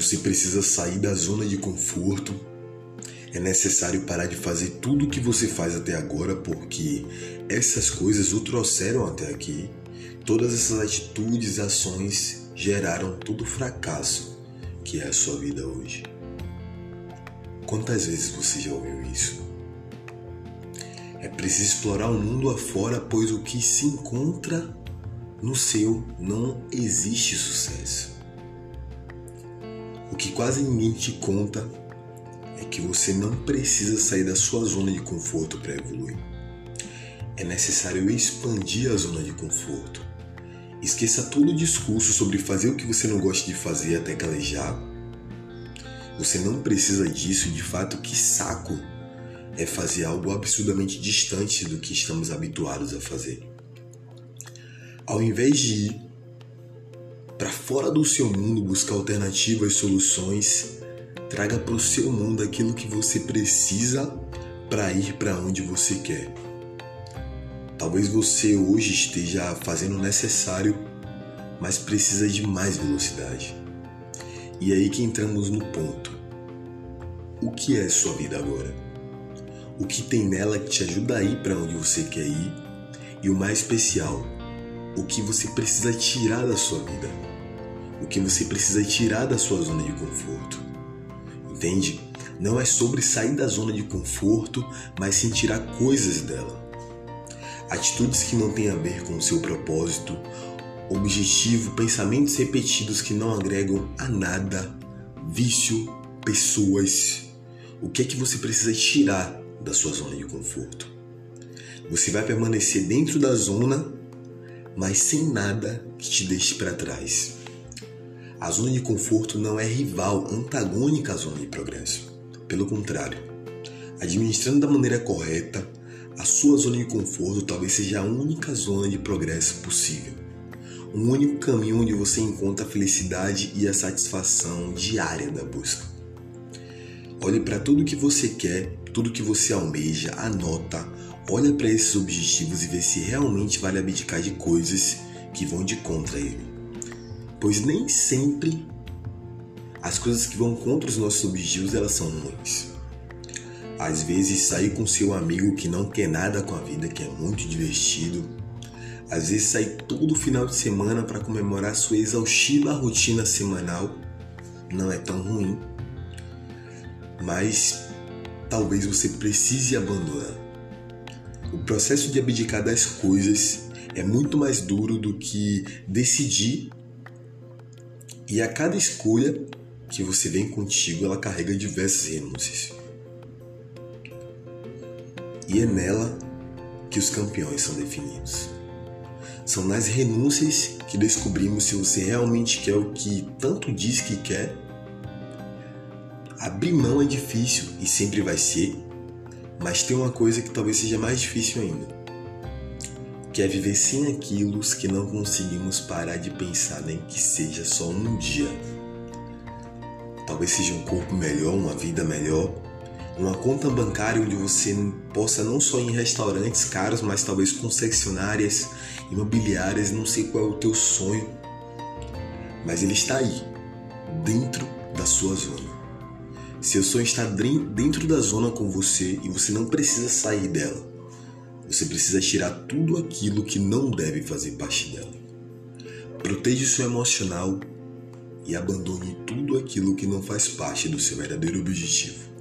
Você precisa sair da zona de conforto. É necessário parar de fazer tudo o que você faz até agora, porque essas coisas o trouxeram até aqui. Todas essas atitudes, ações geraram todo o fracasso que é a sua vida hoje. Quantas vezes você já ouviu isso? É preciso explorar o mundo afora, pois o que se encontra no seu não existe sucesso. O que quase ninguém te conta é que você não precisa sair da sua zona de conforto para evoluir. É necessário expandir a zona de conforto. Esqueça todo o discurso sobre fazer o que você não gosta de fazer até calejar. Você não precisa disso, de fato, que saco é fazer algo absurdamente distante do que estamos habituados a fazer. Ao invés de ir para fora do seu mundo buscar alternativas, soluções, traga para o seu mundo aquilo que você precisa para ir para onde você quer. Talvez você hoje esteja fazendo o necessário, mas precisa de mais velocidade. E é aí que entramos no ponto. O que é sua vida agora? O que tem nela que te ajuda a ir para onde você quer ir? E o mais especial, o que você precisa tirar da sua vida? O que você precisa tirar da sua zona de conforto? Entende? Não é sobre sair da zona de conforto, mas sim tirar coisas dela. Atitudes que não têm a ver com o seu propósito, objetivo, pensamentos repetidos que não agregam a nada, vício, pessoas. O que é que você precisa tirar da sua zona de conforto? Você vai permanecer dentro da zona, mas sem nada que te deixe para trás. A zona de conforto não é rival, antagônica à zona de progresso. Pelo contrário, administrando da maneira correta, a sua zona de conforto talvez seja a única zona de progresso possível. Um único caminho onde você encontra a felicidade e a satisfação diária da busca. Olhe para tudo que você quer, tudo que você almeja, anota, olha para esses objetivos e vê se realmente vale abdicar de coisas que vão de contra ele. Pois nem sempre as coisas que vão contra os nossos objetivos elas são ruins. Às vezes sair com seu amigo que não quer nada com a vida, que é muito divertido. Às vezes sair todo final de semana para comemorar sua exaustiva rotina semanal não é tão ruim. Mas talvez você precise abandonar. O processo de abdicar das coisas é muito mais duro do que decidir, e a cada escolha que você vem contigo, ela carrega diversas renúncias. E é nela que os campeões são definidos. São nas renúncias que descobrimos se você realmente quer o que tanto diz que quer. Abrir mão é difícil e sempre vai ser, mas tem uma coisa que talvez seja mais difícil ainda, que é viver sem aquilo que não conseguimos parar de pensar, nem que seja só um dia. Talvez seja um corpo melhor, uma vida melhor, uma conta bancária onde você possa não só ir em restaurantes caros, mas talvez concessionárias, imobiliárias, não sei qual é o teu sonho, mas ele está aí, dentro da sua zona. Seu sonho está dentro da zona com você e você não precisa sair dela. Você precisa tirar tudo aquilo que não deve fazer parte dela. Proteja o seu emocional e abandone tudo aquilo que não faz parte do seu verdadeiro objetivo.